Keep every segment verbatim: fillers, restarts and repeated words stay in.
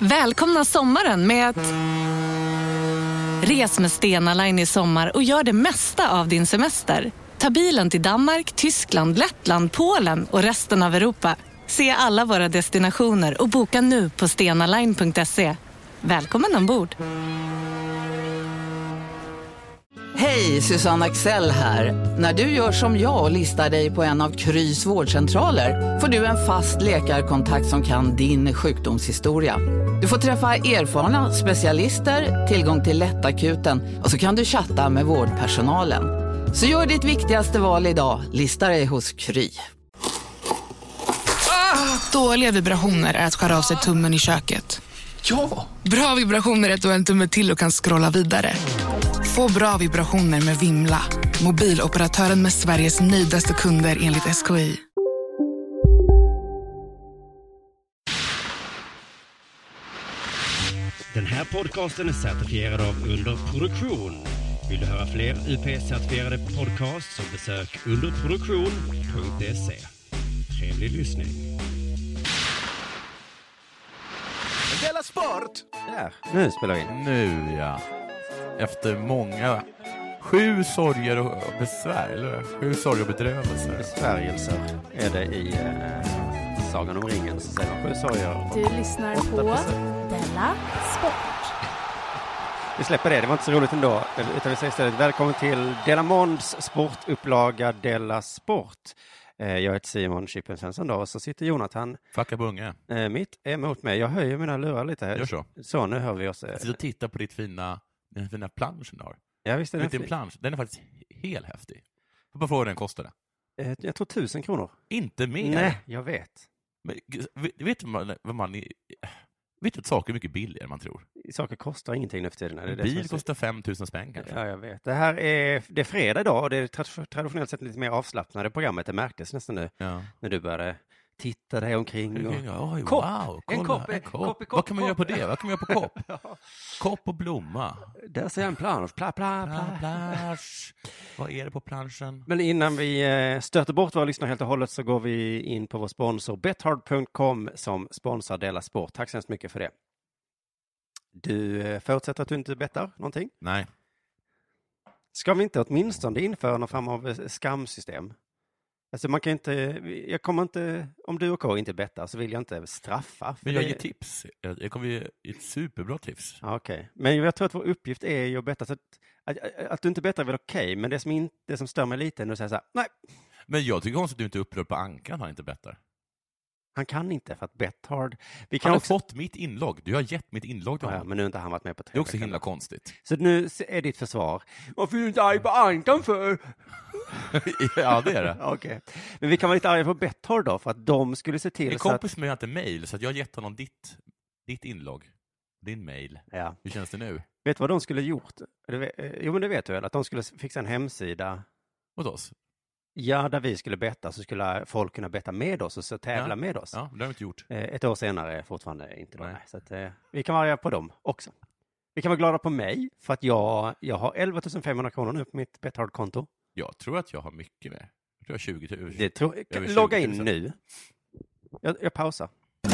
Välkomna sommaren med att... Res med Stena Line i sommar och gör det mesta av din semester. Ta bilen till Danmark, Tyskland, Lettland, Polen och resten av Europa. Se alla våra destinationer och boka nu på stenaline punkt se. Välkommen ombord! Hej, Susanne Axel här. När du gör som jag och listar dig på en av Krys vårdcentraler får du en fast läkarkontakt som kan din sjukdomshistoria. Du får träffa erfarna specialister, tillgång till lättakuten och så kan du chatta med vårdpersonalen. Så gör ditt viktigaste val idag, lista dig hos Kry. Ah, dåliga vibrationer är att skära av sig tummen i köket. Ja! Bra vibrationer är att du har en tumme till och kan scrolla vidare. Få bra vibrationer med Vimla. Mobiloperatören med Sveriges nöjdaste kunder enligt S K I. Den här podcasten är certifierad av Underproduktion. Vill du höra fler U P-certifierade podcasts så besök underproduktion punkt se. Trevlig lyssning. Della Sport! Där, nu spelar vi in. Nu ja. Efter många sju sorger och besvär, eller sju sorger och bedrövelser. Besvärjelser är det i eh, Sagan om ringen, så säger de sju sorger. Du lyssnar på Della Sport. Vi släpper det, det var inte så roligt ändå. Utan vi säger istället välkommen till Della Månds sportupplaga Della Sport. Eh, jag heter Simon Chippen Svensson då, och så sitter Jonathan Facka bunge. eh, mitt emot mig. Jag höjer mina lurar lite här. Gör så. Så, nu hör vi oss. Eh. Jag sitter och tittar på ditt fina, den fina planschen du har. Ja, visst är den din fin. plansch, den är faktiskt helt häftig. Jag bara fråga vad den kostade. Eh, jag tror tusen kronor. Inte mer. Nej, jag vet. Men, vet du vad man, vad man vet du att saker är mycket billigare än man tror? Saker kostar ingenting nu för tiden. En bil kostar fem tusen spänn kanske. Ja, jag vet. Det här är, det är fredag idag och det är traditionellt sett lite mer avslappnade programmet. Det märktes nästan nu Ja. när du började titta dig omkring. Och... Oj, kopp. wow, kolla, En kopp, en kopp, kopp. kopp, Vad kan man kopp. göra på det? Vad kan man göra på kopp? Ja. Kopp och blomma. Där ser jag en plansch. Pla, pla, pla. Pla, plansch. Vad är det på planschen? Men innan vi eh, stöter bort våra lyssnare helt och hållet så går vi in på vår sponsor bethard punkt com som sponsrar Della Sport. Tack så hemskt mycket för det. Du eh, förutsätter att du inte bettar någonting? Nej. Ska vi inte åtminstone införa någon form av skamsystem? Alltså man kan inte, jag kommer inte, om du och K inte bettar så vill jag inte straffa. Men jag det... ger tips. Jag, jag kommer ge ett superbra tips. Ja, okej. Okay. Men jag tror att vår uppgift är ju att betta. Så att, att, att, att du inte bettar är väl okej, okay, men det som, in, det som stör mig lite är när du säger så här, nej. Men jag tycker konstigt att du inte är upprörd på Ankan, han inte bettar. Han kan inte för att Bethard... Vi kan han har också... fått mitt inlogg. Du har gett mitt inlogg till ja, honom. men nu har inte han varit med på tre. Det är också himla konstigt. Så nu är ditt försvar. Varför är du inte arg på Ankan för? Ja, det är det. Okej. Okay. Men vi kan vara lite arga på Bethard då, för att de skulle se till en så att... kompis med inte mejl, så att jag har gett honom ditt, ditt inlogg. Din mejl. Ja. Hur känns det nu? Vet du vad de skulle gjort? Jo, men det vet du väl. Att de skulle fixa en hemsida. Åt oss? Ja, där vi skulle betta så skulle folk kunna betta med oss och så tävla ja. med oss. Ja, det har vi inte gjort. Ett år senare fortfarande inte då. Nej. Så att, eh, vi kan vara på dem också. Vi kan vara glada på mig för att jag, jag har elva tusen femhundra kronor nu på mitt Bethard-konto. Jag tror att jag har mycket mer. Jag tror jag har tjugo tusen. Det tror, kan, logga in nu. Jag, jag pausar.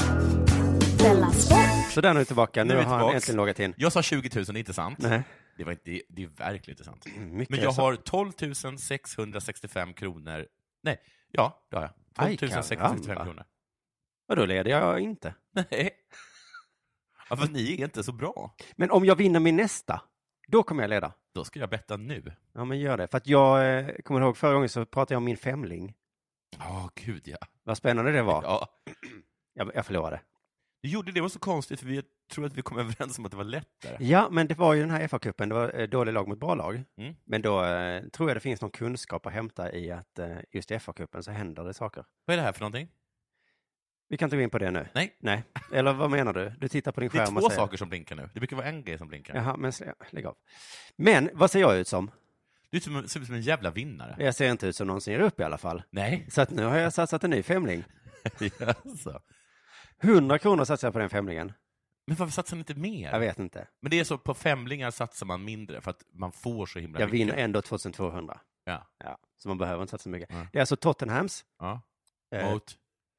Så där nu är tillbaka. Nu, nu har jag äntligen loggat in. Jag sa tjugo tusen, det är inte sant. Nej. Det, var inte, det är verkligen inte sant. Mycket men jag har tolv tusen sexhundrasextiofem kronor. Nej, ja, det har jag. tolv tusen sexhundrasextiofem kronor. Vadå leder jag inte? Nej. Ja, för ni är inte så bra. Men om jag vinner min nästa, då kommer jag leda. Då ska jag betta nu. Ja, men gör det. För att jag eh, kommer ihåg förra gången så pratade jag om min femling. Ja, oh, gud ja. Vad spännande det var. Ja. Jag, jag förlorade. Du gjorde det var så konstigt för vi tror att vi kom överens om att det var lättare. Ja, men det var ju den här F A-cupen. Det var eh, dålig lag mot bra lag. Mm. Men då eh, tror jag det finns någon kunskap att hämta i att eh, just i F A-cupen så händer det saker. Vad är det här för någonting? Vi kan inte gå in på det nu. Nej. Nej. Eller vad menar du? Du tittar på din skärm och säger... Det är två saker som blinkar nu. Det brukar vara en grej som blinkar. Jaha, men slä, lägg av. Men vad ser jag ut som? Du ser ut som, som en jävla vinnare. Jag ser inte ut som någon som ger upp i alla fall. Nej. Så att nu har jag satsat en ny femling. Jaså. hundra kronor satsar jag på den femlingen. Men varför satsar ni inte mer? Jag vet inte. Men det är så, på femlingar satsar man mindre för att man får så himla jag mycket. Jag vinner ändå tjugotvåhundra. Ja. Ja. Så man behöver inte satsa så mycket. Ja. Det är alltså Tottenhams. Ja. Eh, Mot?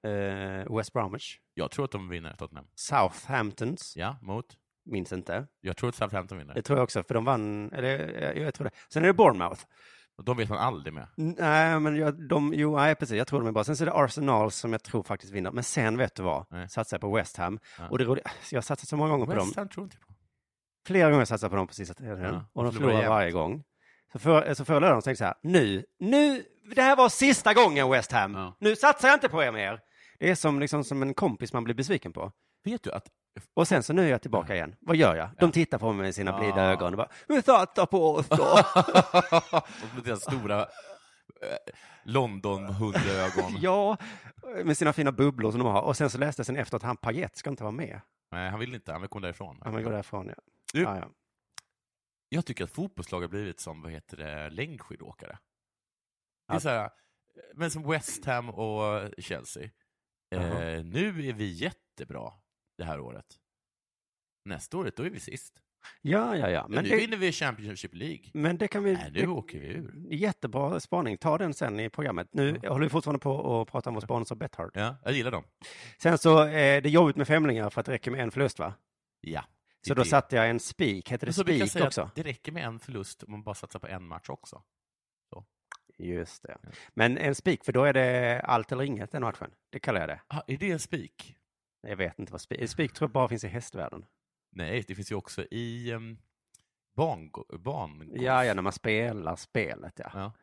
Uh, West Bromwich. Jag tror att de vinner Tottenham. Southamptons. Ja, mot? Minns inte. Jag tror att Southampton vinner. Det tror jag också, för de vann, eller jag, jag tror det. Sen är det Bournemouth. Och de vet man aldrig med. Nej, men jag, de, jo, nej, precis, jag tror de är bra. Sen så är det Arsenal som jag tror faktiskt vinner. Men sen vet du vad, Nej. satsar jag på West Ham. Ja. Och det roliga, jag har satsat så många gånger på dem. West Ham tror inte på. Flera gånger har jag satsat på dem på sista tiden. Ja, och de förlorar förlorar jämt. varje gång. Så för, så förra lördagen tänkte jag så här, nu, nu, det här var sista gången West Ham. Ja. Nu satsar jag inte på er mer. Det är som, liksom, som en kompis man blir besviken på. Vet du att... Och sen så nu är jag tillbaka igen. Vad gör jag? De tittar på mig med sina Ja. blida ögon och bara, men satsa på oss då. och med deras stora eh, London-hundögon. Ja, med sina fina bubblor som de har. Och sen så läste jag sen efter att han Payet ska inte vara med. Nej, han vill inte. Han vill komma därifrån. Han vill gå därifrån, ja. Du, Ja, ja. Jag tycker att fotbollslag har blivit som, vad heter det, längdskidåkare. Det är Ja. så här, men som West Ham och Chelsea. Eh, nu är vi jättebra det här året. Nästa året, då är vi sist. Ja, ja, ja. Men Men nu det, vinner vi Championship League. men det kan vi... Nej, nu det, åker vi ur. jättebra spaning. Ta den sen i programmet. Nu Ja. håller vi fortfarande på att prata om vår sponsor Bethard. Ja, jag gillar dem. Sen så är det jobbigt med femlingar för att det räcker med en förlust, va? Ja. Så då satte jag en spik. Heter det Men så brukar jag spik säga också? att det räcker med en förlust om man bara satsar på en match också. Just det. Ja. Men en spik, för då är det allt eller inget den matchen. Det kallar jag det. Ah, är det en spik? Jag vet inte vad spik... Spik tror jag bara finns i hästvärlden. Nej, det finns ju också i um, barn, barn Ja, ja, när man spelar spelet, ja. Ja.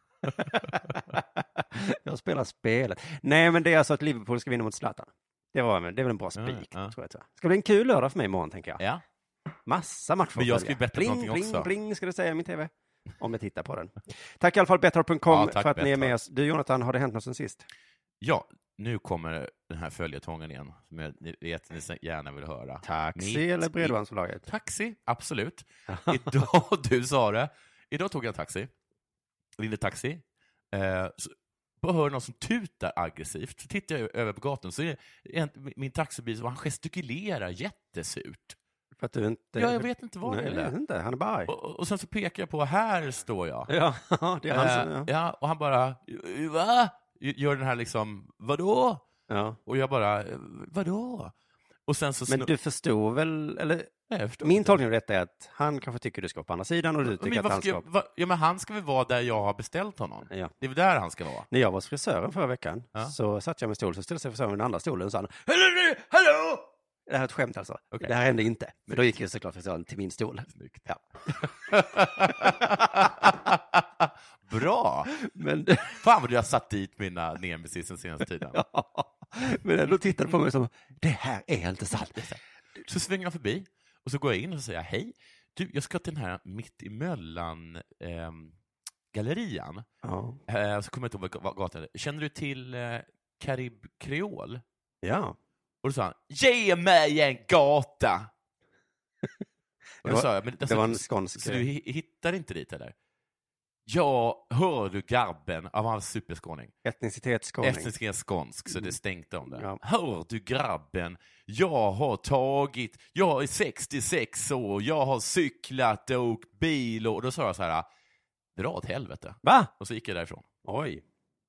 Jag spelar spelet. Nej, men det är alltså att Liverpool ska vinna mot Zlatan. Det, var, det är väl en bra spik, Ja, ja. tror jag. Ska bli en kul lördag för mig imorgon, tänker jag. Ja. Massa matcher. Men jag att ska ju följa. betta på bling, någonting bling, också. Bling, ska du säga i min tv. Om jag tittar på den. Tack i alla fall Bethard punkt com Ja, tack, för att ni är med Bethard. oss. Du Jonathan, har det hänt något sen sist? Ja, nu kommer den här följetongen igen, som jag ni vet ni gärna vill höra. Taxi Mitt eller i- Bredbandsbolaget? Taxi, absolut. Idag, du sa det, idag tog jag en taxi. Ringde taxi. Eh, så, bara hör någon som tutar aggressivt. Så tittar jag över på gatan, så är det en, min taxibil, och han gestikulerar jättesurt. För att du inte... Ja, jag vet inte vad Nej, det jag vet är. inte. Han är bara arg. Och, och sen så pekar jag på, här står jag. Ja, det är han som... Eh, Ja. ja, och han bara, va? Gör den här liksom, vadå? Ja. Och jag bara, vadå? Och sen så... Men snu- du förstod väl, eller Nej, jag förstår min inte. tolkning av detta är att han kanske tycker du ska vara på andra sidan och du Men tycker att varför han ska ska... jag, va, ja, men han ska väl vara där jag har beställt honom. Ja. Det är väl där han ska vara. När jag var hos frisören förra veckan Ja. så satt jag med stol, så ställde sig frisören vid den andra stolen och sa han, hallå, hallå! Det här är ett skämt alltså. Okej. Det här hände inte. Men då gick ju såklart frisören till min stol. Snyggt. Ja. Bra! Men, Fan vad du har satt dit mina nemesis den senaste tiden. ja. Men ändå tittade på mig som, det här är inte sant. Så svänger jag förbi och så går jag in och så säger jag, hej, du, jag ska till den här mitt emellan eh, gallerian. Ja. Eh, så kommer jag inte ihåg vad gatan är. Känner du till eh, Karib Kreol? Ja. Och då sa han, ge mig en gata! Och Det då var, sa jag, men, det var en skånsk... så du hi- hittar inte dit eller? Ja, hör du grabben? Ja, han var superskåning. etnicitetsskåning. Etnisk skånsk, så det stänkte om det. Ja. Hör du grabben? Jag har tagit, jag är sextiosex år, jag har cyklat och åkt bil och, och då sa jag så här, dra åt helvete. Va? Och så gick jag därifrån. Oj.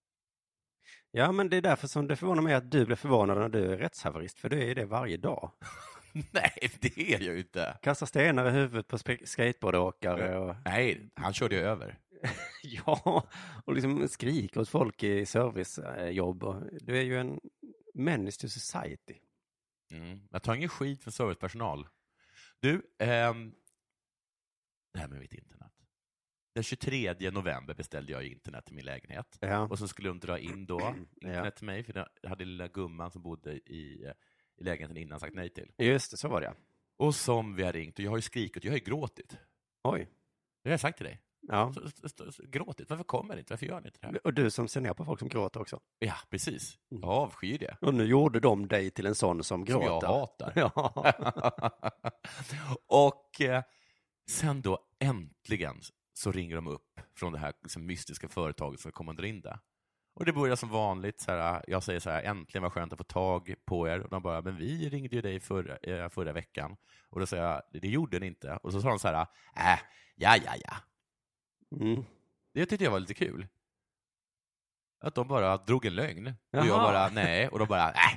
Ja, men det är därför som det förvånar mig att du blir förvånad när du är rättshaverist, för du är det varje dag. Nej, det är jag ju inte. Kasta stenar i huvudet på spe- skateboardåkare och... Nej, han körde ju över. Ja, och liksom skriker åt folk i servicejobb. Och du är ju en menace to society. Mm. Jag tar ingen skit för servicepersonal. Du, ehm, det här med mitt internet. Den tjugotredje november beställde jag internet till min lägenhet. Ja. Och så skulle de dra in då internet Ja. till mig, för jag hade lilla gumman som bodde i, i lägenheten innan sagt nej till. Just det, så var det. Och som vi har ringt, och jag har ju skrikit, jag har ju gråtit. Oj. Det har jag sagt till dig. Ja. Så, så, så, så, gråtit, varför kommer det inte? Varför gör ni inte det här? Och du som ser ner på folk som gråter också. Ja, precis. Jag avskyr det. Och nu gjorde de dig till en sån som Som gråter. jag hatar. Ja. Och eh, sen då äntligen så ringer de upp från det här liksom, mystiska företaget som kommer dra in det. Och det börjar som vanligt, så här, jag säger så här, äntligen var skönt att få tag på er. Och de bara, men vi ringde ju dig förra, eh, förra veckan. Och då säger jag, det gjorde ni inte. Och så sa de så här, äh, ja, ja, ja. Mm. Det tyckte jag var lite kul. Att de bara drog en lögn. Jaha. Och jag bara, nej. Och de bara, nej.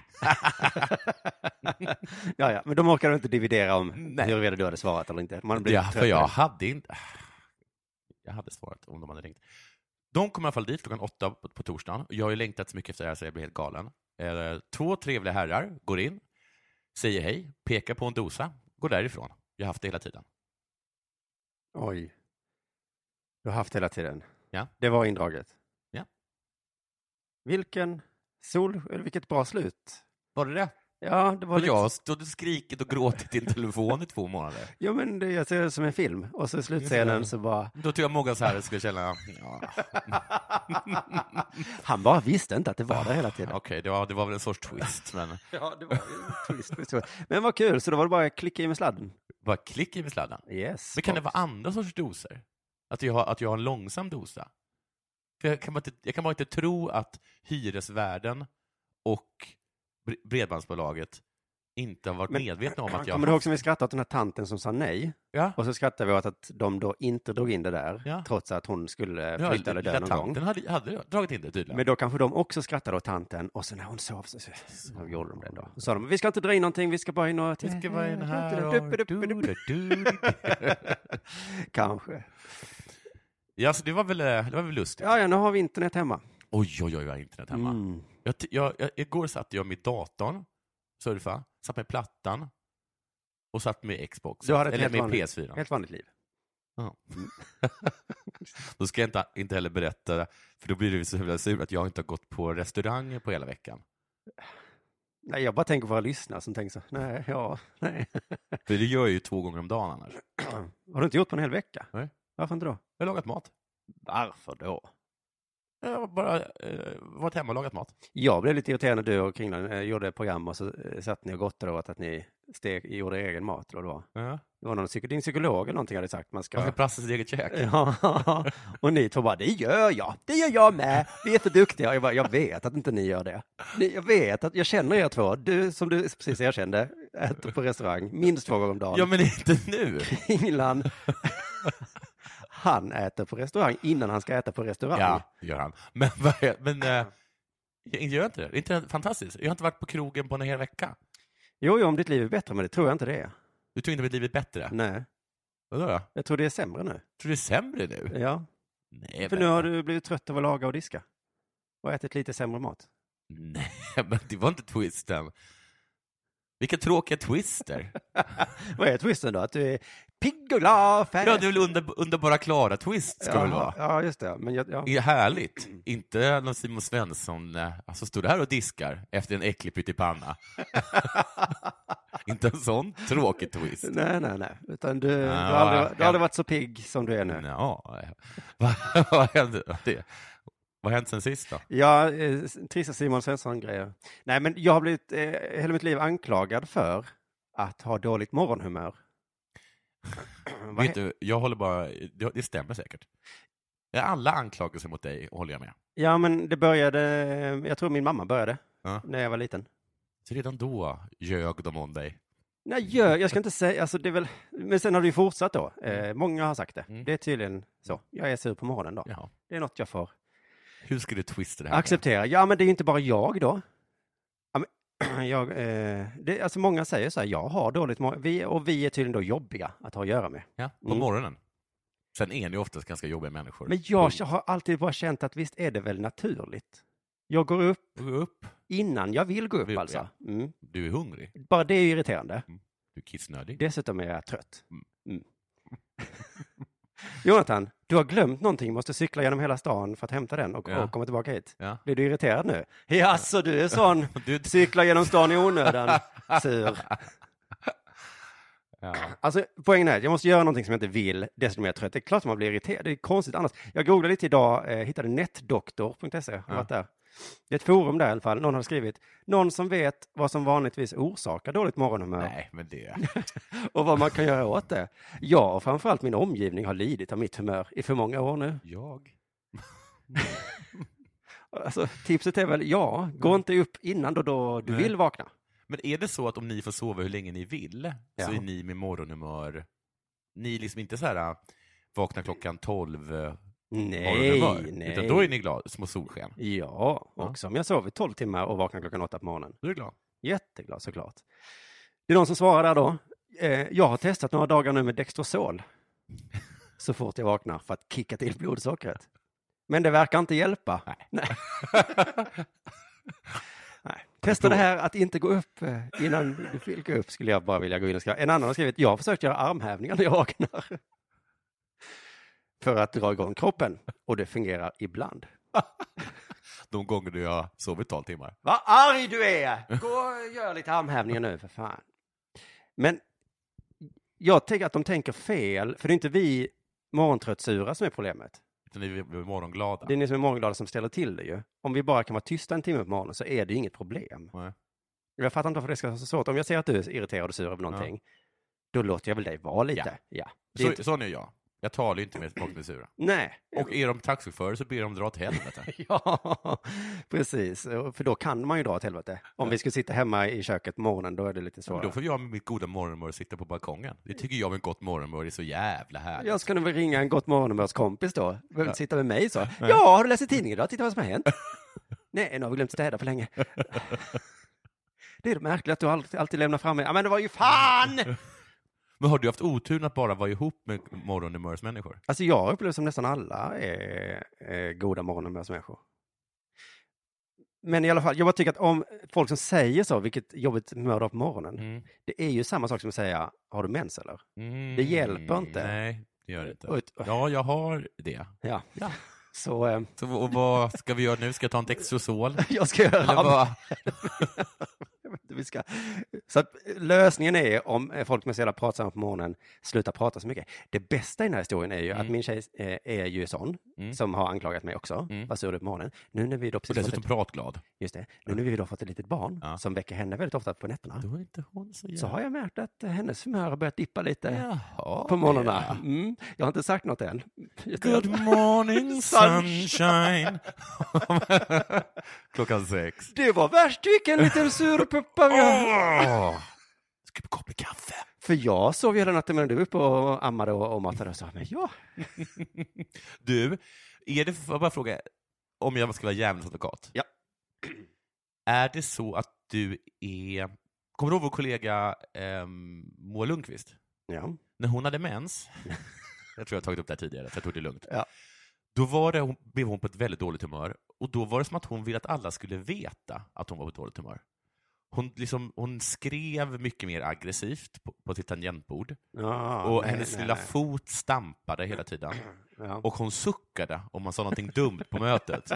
ja, ja, men de orkar inte dividera om Nej. huruvida du hade svarat eller inte. Man blir Ja, trött för på jag det. hade inte... Jag hade svarat om de hade ringt. De kommer i alla fall dit klockan åtta på, på torsdagen. Jag har ju längtat så mycket efter det här så jag blir helt galen. Eh, två trevliga herrar går in, säger hej, pekar på en dosa, går därifrån. Jag har haft det hela tiden. Oj. Du har haft hela tiden. Ja. Det var indraget. Ja. Vilken sol, eller vilket bra slut. Var det det? Ja, det var Och lite... jag har stått och skrikit och gråtit i en telefon i två månader. Jo, men det, jag ser det som en film. Och så i slutscenen så bara... Då tror jag många så här skulle känna... Ja. Han bara visste inte att det var där hela tiden. Okej, det, var, det var väl en sorts twist. Men Ja, det var en twist. twist, twist. Men vad kul, så då var det bara att klicka i med sladden. bara klick i med sladden. Yes. Men kan det vara andra sorts doser? Att jag har, att jag har en långsam dosa? För jag kan bara inte, jag kan bara inte tro att hyresvärden och bre- bredbandsbolaget inte har varit Men- medvetna om att jag... Kommer du ihåg som vi skrattade åt den här tanten som sa nej? Ja, Och så skrattade vi åt att de då inte drog in det där, Ja. trots att hon skulle ja flytta eller dö någon gång. tanten hade, hade dragit in det tydligen. Men då kanske de också skrattade åt tanten, och så när hon sov så, så, så gjorde de det ändå. Så sa de, vi ska inte dra in någonting, vi ska bara in och... Vi ska vara in här och... Dupp, Du, dupp, dupp. du, du. Kanske. Ja, så det var väl, det var väl lustigt. Ja, ja, nu har vi internet hemma. Oj, oj, oj, jag har internet hemma. Mm. Jag, t- jag, jag, igår satt jag med datorn, surfa, satt med plattan och satt med Xbox. Du hade ett eller helt med vanligt- P S fyra. Helt vanligt liv. Ja. Då ska jag inte, inte heller berätta, för då blir det så himla sur att jag inte har gått på restaurang på hela veckan. Nej, jag bara tänker på våra lyssnare som tänker så, nej, ja, nej. För det gör jag ju två gånger om dagen annars. Har du inte gjort på en hel vecka? Nej. Varför inte då? Jag har lagat mat. Varför då? Jag har bara eh, varit hemma och lagat mat. Jag blev lite irriterad när du och Kringlan eh, gjorde ett program och så eh, satt ni och gottade åt att ni steg, gjorde egen mat. Eller vad det var. Ja. Det var någon psyko, din psykolog eller någonting hade sagt. Man ska... Man ska prassa sitt eget käk. Ja, och ni två bara, det gör jag, det gör jag med, vi är för duktiga. Jag bara, jag vet att inte ni gör det. Ni, jag vet att, jag känner er två, du som du precis erkände, äter på restaurang minst två gånger om dagen. Ja, men inte nu. Kringlan, han äter på restaurang innan han ska äta på restaurang. Ja, gör han. Men, vad är- men äh, jag gör inte det. Det är inte fantastiskt. Jag har inte varit på krogen på en hel vecka. Jo, jo, om ditt liv är bättre, men det tror jag inte det är. Du tror inte mitt liv är bättre? Nej, Vadå då? jag tror det är sämre nu. Tror du det är sämre nu? Ja, Nej, för men, nu har du blivit trött av att laga och diska. Och ätit lite sämre mat. Nej, men det var inte twisten. Vilka tråkiga twister. Vad är twisten då? Att du är pigg och glad, färg. Ja, det är väl under, underbara Klara-twist ska väl vara. Ja, just det. Men jag, ja. Det är härligt. Inte någon Simon Svensson eh, alltså står där och diskar efter en äcklig pyttipanna. Inte en sån tråkig twist. Nej, nej, nej. Utan du, Ja, du, har aldrig, du har ja. aldrig varit så pigg som du är nu. Ja, vad, vad hände? Det, vad har hänt sen sist då? Ja, eh, trista Simon Svensson-grejer. Nej, men jag har blivit eh, hela mitt liv anklagad för att ha dåligt morgonhumör. Vad Vet du, jag håller bara, det, det stämmer säkert. Alla anklagelser mot dig håller jag med. Ja, men det började, jag tror min mamma började Ja. när jag var liten. Så redan då ljög de om dig. Nej, jag, jag ska inte säga, alltså det är väl, men sen har det ju fortsatt då. Eh, många har sagt det. Mm. Det är tydligen så. Jag är sur på morgonen då. Ja. Det är något jag får Hur ska du twista det här? acceptera. Ja, men det är ju inte bara jag då. Ja, men, jag, eh, det, alltså många säger så här, jag har dåligt morgon. Vi, och vi är tydligen då jobbiga att ha att göra med. Ja, på Mm. morgonen. Sen är ni oftast ganska jobbiga människor. Men jag har alltid bara känt att visst är det väl naturligt. Jag går upp Du går upp, innan jag vill gå upp Vill, alltså. Mm. du är hungrig, Bara det är ju irriterande. du är kissnödig. Dessutom är jag trött. Mm. Mm. Jonathan, du har glömt någonting, måste cykla genom hela stan för att hämta den och, Ja. och komma tillbaka hit. Ja. Blir du irriterad nu? Ja, så du är sån, Du, cykla genom stan i onödan, sur. ja. Alltså poängen är att jag måste göra någonting som jag inte vill, dessutom är jag trött. Det är klart som man blir irriterad, det är konstigt annars. Jag googlade lite idag, eh, hittade netdoktor punkt se, Ja. varit där. Det är ett forum där i alla fall, någon har skrivit, någon som vet vad som vanligtvis orsakar dåligt morgonhumör Nej, men det... och vad man kan göra åt det. Jag och framförallt min omgivning har lidit av mitt humör i för många år nu. Jag? Alltså, tipset är väl, ja, gå inte upp innan då, då du Nej. vill vakna. Men är det så att om ni får sova hur länge ni vill, Ja. så är ni med morgonhumör, ni är liksom inte så här vakna klockan tolv Nej, morgonhumör. nej. Utan då är ni glada, små solsken. Ja, Ja. också om jag sover tolv timmar och vaknar klockan åtta på morgonen. Du är glad. Jätteglad såklart. Det är någon som svarar där då. Eh, jag har testat några dagar nu med Dextrosol. Så fort jag vaknar för att kicka till blodsockret. Men det verkar inte hjälpa. Nej. Nej. Nej. Testa det här att inte gå upp eh, innan du vill gå upp, skulle jag bara vilja gå in och skriva. En annan har skrivit, jag har försökt göra armhävningar när jag vaknar. För att dra igång kroppen. Och det fungerar ibland. De gånger du har sovit tolv timmar. Vad arg du är! Gå och gör lite armhävningar nu, för fan. Men jag tänker att de tänker fel, för det är inte vi morgontröttsura som är problemet. Utan ni är morgonglada. Det är ni som är morgonglada som ställer till det ju. Om vi bara kan vara tysta en timme på morgonen så är det inget problem. Nej. Jag fattar inte varför det ska vara så svårt. Om jag ser att du är irriterad och sur över någonting, ja. Då låter jag väl dig vara lite. Ja. Ja. Det är Så, inte... Sån är jag. Jag talar ju inte med folk som är sura. Nej. Och är de taxichaufförer så ber de dra åt helvete. Ja, precis. För då kan man ju dra åt helvete. Om vi skulle sitta hemma i köket på morgonen, då är det lite svårare. Då får jag med mitt goda morgonmör sitta på balkongen. Det tycker jag med gott morgonmör är så jävla härligt. Jag ska nog väl ringa en gott morgonmörskompis då. Behöver inte Ja. sitta med mig så. Ja, har du läst i tidningen idag? Titta vad som har hänt. Nej, nu har vi glömt städa för länge. Det är märkligt att du alltid, alltid lämnar fram mig. Ja, men det var ju fan! Men har du haft oturen att bara vara ihop med morgonhumörsmänniskor? Alltså jag upplever som nästan alla är, är goda morgonhumörsmänniskor. Men i alla fall, jag bara tycker att om folk som säger så, vilket jobbigt humör du har på morgonen, mm. det är ju samma sak som att säga, har du mens eller? Mm. Det hjälper inte. Nej, det gör det inte. Och, ja, jag har det. Ja. ja. Så, eh, så och vad ska vi göra nu? Ska jag ta en Dextrosol? Jag ska göra vi ska. Så att lösningen är, om folk som är så jävla pratsamma på morgonen slutar prata så mycket. Det bästa i den här historien är ju mm. att min tjej eh, är ju sån, mm. som har anklagat mig också. Mm. Vad sur du på morgonen? Nu när vi då precis och dessutom ett... pratglad. Just det. Nu när vi då fått ett litet barn ja. som väcker henne väldigt ofta på nätterna. Då är inte hon så jävla... Så har jag märkt att hennes humör har börjat dippa lite Jaha, på morgnarna. Ja. Mm. Jag har inte sagt något än. Good morning sunshine. Klockan sex. Det var värst vilken liten surpuppa vi har. Oh. Ska vi kopp med kaffe? För jag sov ju hela natten medan du var uppe och ammade och, och matade och sa, men ja. Du, är det, får jag bara fråga, om jag ska vara djävulens advokat. Ja. Är det så att du är, kommer du ihåg vår kollega eh, Moa Lundqvist? Ja. När hon hade mens, jag tror jag har tagit upp det här tidigare, så jag tog det lugnt. Ja. Då var det, hon, blev hon på ett väldigt dåligt humör. Och då var det som att hon ville att alla skulle veta att hon var på ett dåligt humör. Hon, liksom, hon skrev mycket mer aggressivt på, på sitt tangentbord. Ja, och nej, hennes nej, lilla nej. fot stampade hela tiden. Ja. Och hon suckade om man sa någonting dumt på mötet.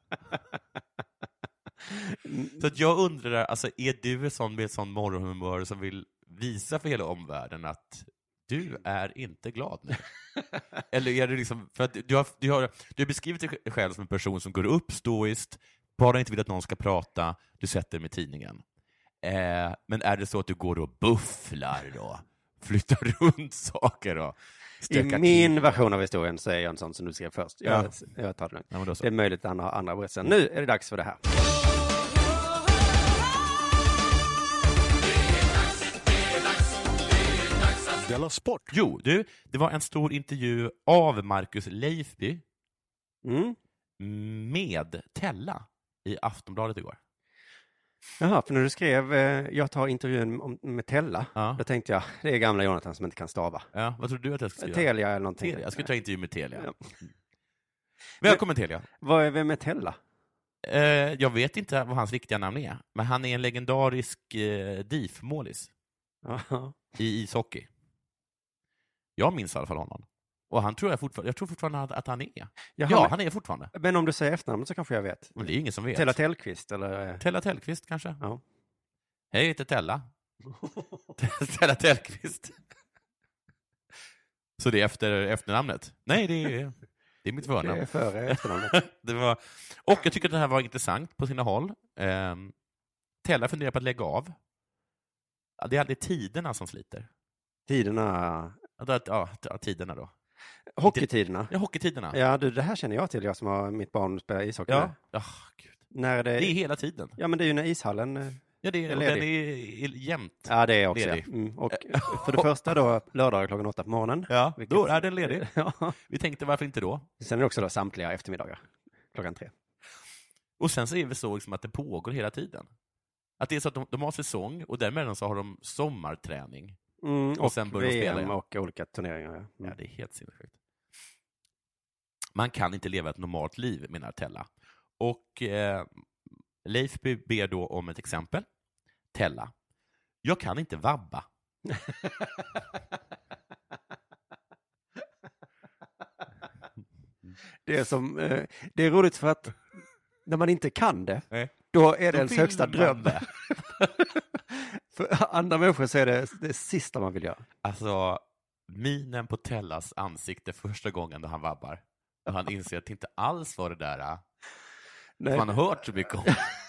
Så att jag undrar, alltså, är du en sån med ett sån morgonhumör som vill visa för hela omvärlden att du är inte glad nu? Eller är det liksom, för att du har, du har, du har beskrivit dig själv som en person som går upp stoiskt, bara inte vill att någon ska prata, du sätter med tidningen. Eh, men är det så att du går och bufflar då? Flyttar runt saker då? I min till. version av historien så är jag en sån som du skrev först. Jag, ja. jag tar det ja, det är möjligt att andra, andra berättelser. Nu är det dags för det här. Della Sport. Jo, du, det var en stor intervju av Marcus Leifby mm. med Tella i Aftonbladet igår. Jaha, för när du skrev eh, jag tar intervjun om, med Tella, ja. då tänkte jag, det är gamla Jonathan som inte kan stava. Ja, vad tror du att jag ska skriva? Telia eller någonting. Telia. Jag ska ta intervju med Telia. Ja. Välkommen Telia. Vad är vi med Tella? Eh, jag vet inte vad hans riktiga namn är, men han är en legendarisk eh, D I F-målis i ishockey. Jag minns i alla fall honom. Och han tror jag fortfarande, jag tror fortfarande att han är. Jaha, ja, men, han är fortfarande. Men om du säger efternamnet så kanske jag vet. Men det är ingen som vet. Tella Tellqvist eller? Tella Tellqvist kanske. Ja. Hej, jag heter Tella. Tella Tellqvist. Så det är efter efternamnet? Nej, det är, det är mitt förnamn. Det är före efternamnet. Det var, och jag tycker att det här var intressant på sina håll. Um, Tella funderar på att lägga av. Det är aldrig tiderna som sliter. Tiderna? Ja, ja tiderna då. Hockeytiderna? Ja, hockeytiderna. Ja, du, det här känner jag till, jag som har mitt barn spelar ishockey. Ja, oh, gud. När det... det är hela tiden. Ja, men det är ju när ishallen... Ja, det är, är och ledig. den är, är jämnt. Ja, det är också. Ledig. Mm. Och för det första då, lördag klockan åtta på morgonen. Ja, Vilket- då är den ledig. Ja. Vi tänkte, varför inte då? Sen är det också då samtliga eftermiddagar klockan tre. Och sen så är det så liksom att det pågår hela tiden. Att det är så att de, de har säsong och däremellan så har de sommarträning. Mm, Och sen börjar de V M spela igen. och olika turneringar. Ja. Ja, Mm. det är helt sinnessjukt. Man kan inte leva ett normalt liv, menar Tella. Och eh, Leif ber då om ett exempel. Tella. Jag kan inte vabba. Det är, som, eh, det är roligt för att när man inte kan det, Nej. då är det Då ens vill högsta man dröm. det. För andra människor så är det det sista man vill göra. Alltså, minen på Tellas ansikte första gången då han vabbar. Och han inser att det inte alls var det där äh, Nej. man har hört så mycket om.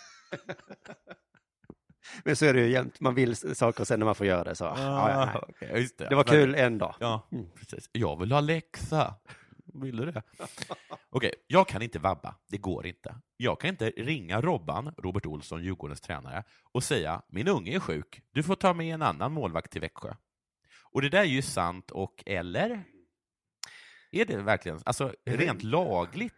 Men så är det ju jämt. Man vill saker och sen när man får göra det så. Ja, ja, nej. Okej, just Det var kul en dag. Ja, Mm. precis. Jag vill ha läxa. Vill du det? Okej, jag kan inte vabba. Det går inte. Jag kan inte ringa Robban, Robert Olsson, Djurgårdens tränare, och säga, min unge är sjuk. Du får ta med en annan målvakt till Växjö. Och det där är ju sant och eller? Är det verkligen, alltså rent lagligt?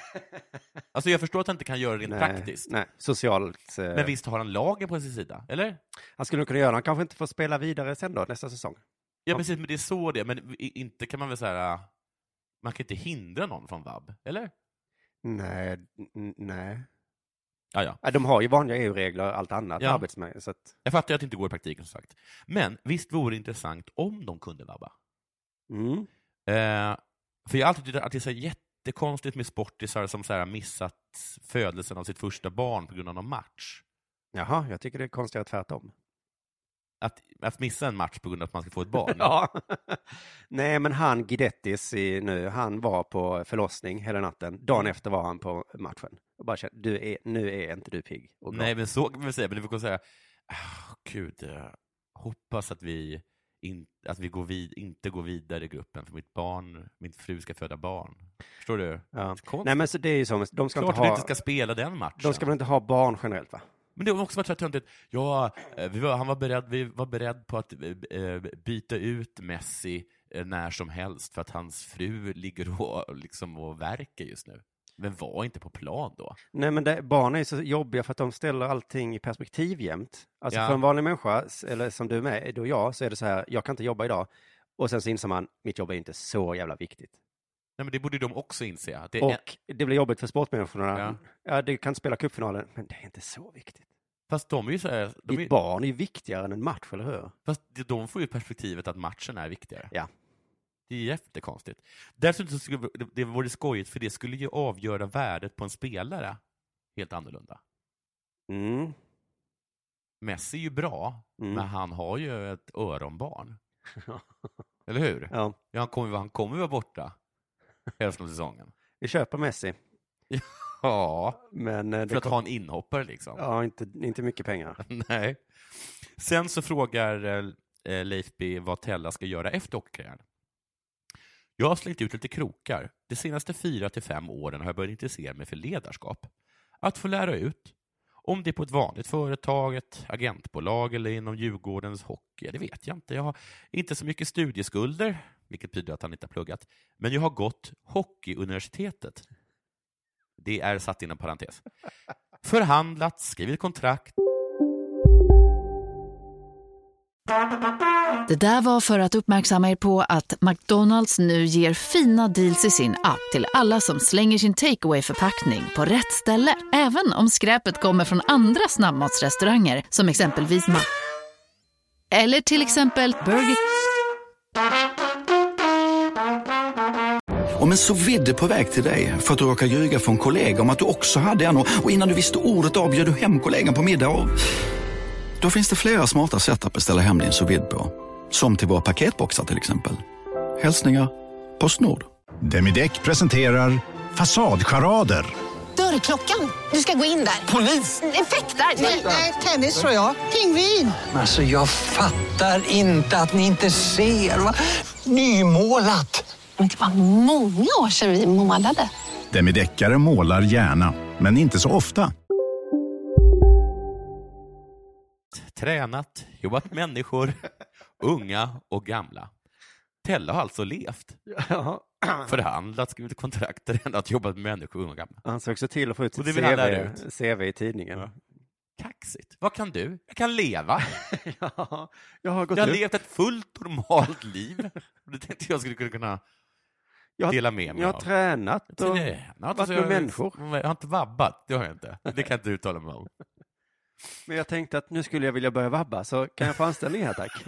Alltså jag förstår att han inte kan göra det rent Nej, praktiskt. nej, socialt. Eh, Men visst har han lagen på sin sida, eller? Han skulle nog kunna göra det. Han kanske inte får spela vidare sen då, nästa säsong. Ja, precis, men det är så det. Men i- inte kan man väl säga, man kan inte hindra någon från vab, eller? Nej, n- nej. Ja, ja. Ja, de har ju vanliga E U-regler och allt annat Ja. arbetsmässigt. Så att, Jag fattar att det inte går i praktiken, som sagt. Men visst vore det intressant om de kunde vabba. mm. Eh, för jag har alltid tyckt att det är så jättekonstigt med sportisar som så här missat födelsen av sitt första barn på grund av någon match. Jaha, jag tycker det är konstigt tvärtom. Att, att missa en match på grund av att man ska få ett barn. Ja. Nej, men han Guidettis i, nu, han var på förlossning hela natten. Dagen efter var han på matchen. Och bara kände, du är, nu är inte du pigg och glad. Nej, men så kan man väl säga. Men det får säga, oh, gud, eh, hoppas att vi, in, att vi går vid, inte går vidare i gruppen, för mitt barn, min fru ska föda barn. Förstår du? Ja. Konstigt. Nej, men så det är ju som, de ska Klart inte att du ha, inte ska spela den matchen. de ska väl inte ha barn generellt, va? Men det har också varit så här töntigt. Ja, eh, vi var, han var beredd, vi var beredd på att eh, byta ut Messi eh, när som helst för att hans fru ligger och, liksom, och verkar just nu. Men var inte på plan då. Nej, men det, barn är ju så jobbiga för att de ställer allting i perspektiv jämt. Alltså Ja. för en vanlig människa, eller som du är med, då jag, så är det så här, jag kan inte jobba idag. Och sen så inser man, mitt jobb är inte så jävla viktigt. Nej, men det borde de också inse. Att det är, Och det blir jobbigt för sportmänniskorna. Ja. Ja, du kan spela cupfinalen, men det är inte så viktigt. fast de är ju så här, de Ditt är, barn är ju viktigare än en match, eller hur? fast de får ju perspektivet att matchen är viktigare. Ja. Det är jättekonstigt. Dessutom skulle det, det vore skojigt, för det skulle ju avgöra värdet på en spelare helt annorlunda. Mm. Messi är ju bra, Mm. men han har ju ett öronbarn. Eller hur? Ja, Ja, han kommer han kommer vara borta hälften av säsongen. vi köper Messi. Ja, Men eh, det för att kom- ha en inhoppare liksom. Ja, inte, inte mycket pengar. Nej. Sen så frågar eh, Leif B vad Tella ska göra efter hockeykarriären. Jag har slängt ut lite krokar. De senaste fyra till fem åren har jag börjat intressera mig för ledarskap. Att få lära ut. Om det är på ett vanligt företag, ett agentbolag eller inom Djurgårdens hockey, det vet jag inte. Jag har inte så mycket studieskulder, vilket betyder att han inte har pluggat. Men jag har gått Hockeyuniversitetet. Det är satt inom parentes. Förhandlat, skrivit kontrakt. Det där var för att uppmärksamma er på att McDonalds nu ger fina deals i sin app till alla som slänger sin takeaway-förpackning på rätt ställe. Även om skräpet kommer från andra snabbmatsrestauranger som exempelvis Ma... Eller till exempel Burger... Om en så vidde på väg till dig för att du råkar ljuga från kollega om att du också hade en och innan du visste ordet av bjöd du hem kollegan på middag och... Då finns det flera smarta sätt att beställa hem din sous vide på. Som till våra paketboxar till exempel. Hälsningar Postnord. Demideck presenterar Fasadcharader. Dörrklockan. Du ska gå in där. Polis? Effektar? Nej, tennis tror jag. Pingvin. Alltså jag fattar inte att ni inte ser. Va? Nymålat. Men det var många år sedan vi målade. Demideckare målar gärna, men inte så ofta. tränat, jobbat med människor, unga och gamla. Tella har alltså levt. Ja. Förhandlat, skrivit kontrakt, tränat, jobbat med människor, unga och gamla. Han såg också till att få ut Och sitt det vill han lära C V, ut. C V i tidningen. Ja. Kaxigt. Vad kan du? Jag kan leva. Ja, jag har gått Jag har upp. levt ett fullt normalt liv. Och det tänkte jag skulle kunna Jag har, dela med mig jag har av. tränat och Tränat, varit alltså, med jag, människor. Jag har inte vabbat, det har jag inte. Det kan jag inte uttala mig om. Men jag tänkte att nu skulle jag vilja börja vabba, så kan jag få anställning här, tack.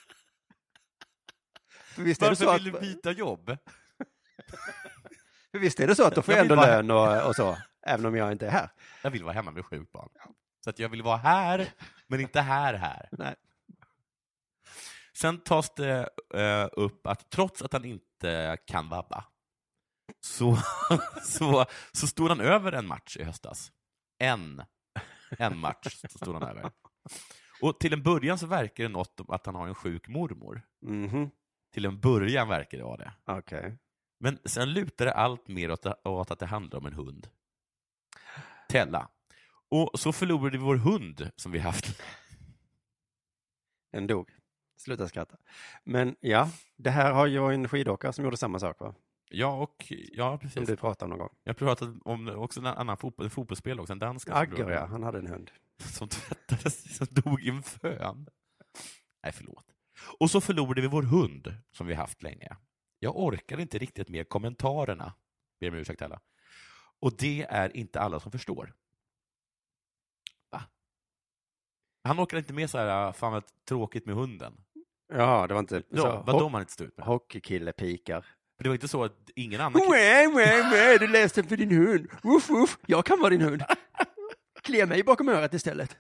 För visst är det så Varför att, vill du byta jobb? för visst är det så att då får jag Jag vill ändå bara- lön och, och så, även om jag inte är här. Jag vill vara hemma med sjukt barn. Så att jag vill vara här, men inte här här. Nej. Sen tas det eh, upp att trots att han inte kan vabba så, så, så stod han över en match i höstas. En, en match stod han över. Och till en början så verkar det något om att han har en sjuk mormor. Mhm. Till en början verkar det vara det. Okej. Men sen lutar det allt mer åt, åt att det handlar om en hund. Tella. Och så förlorade vi vår hund som vi haft. Den dog. Sluta skratta. Men ja, det här har ju en skidåkare som gjorde samma sak, va? Ja, och ja, Som precis. du pratade om någon gång. Jag pratade om också en annan fotboll, en fotbollsspelare också, en dansk. Agger, ja. Han hade en hund. Som tvättades, som dog i en fön. Nej, förlåt. Och så förlorade vi vår hund som vi haft länge. Jag orkar inte riktigt med kommentarerna. Ber om ursäkt alla. Och det är inte alla som förstår. Va? Han orkar inte med så här, fan vad tråkigt med hunden. Ja, det var inte... Ja, vad de har inte stått ut med. Hockeykille pikar. För det var inte så att ingen annan... Wä, wä, wä, du läste för din hund. Uff, uff, jag kan vara din hund. Klia mig bakom örat istället.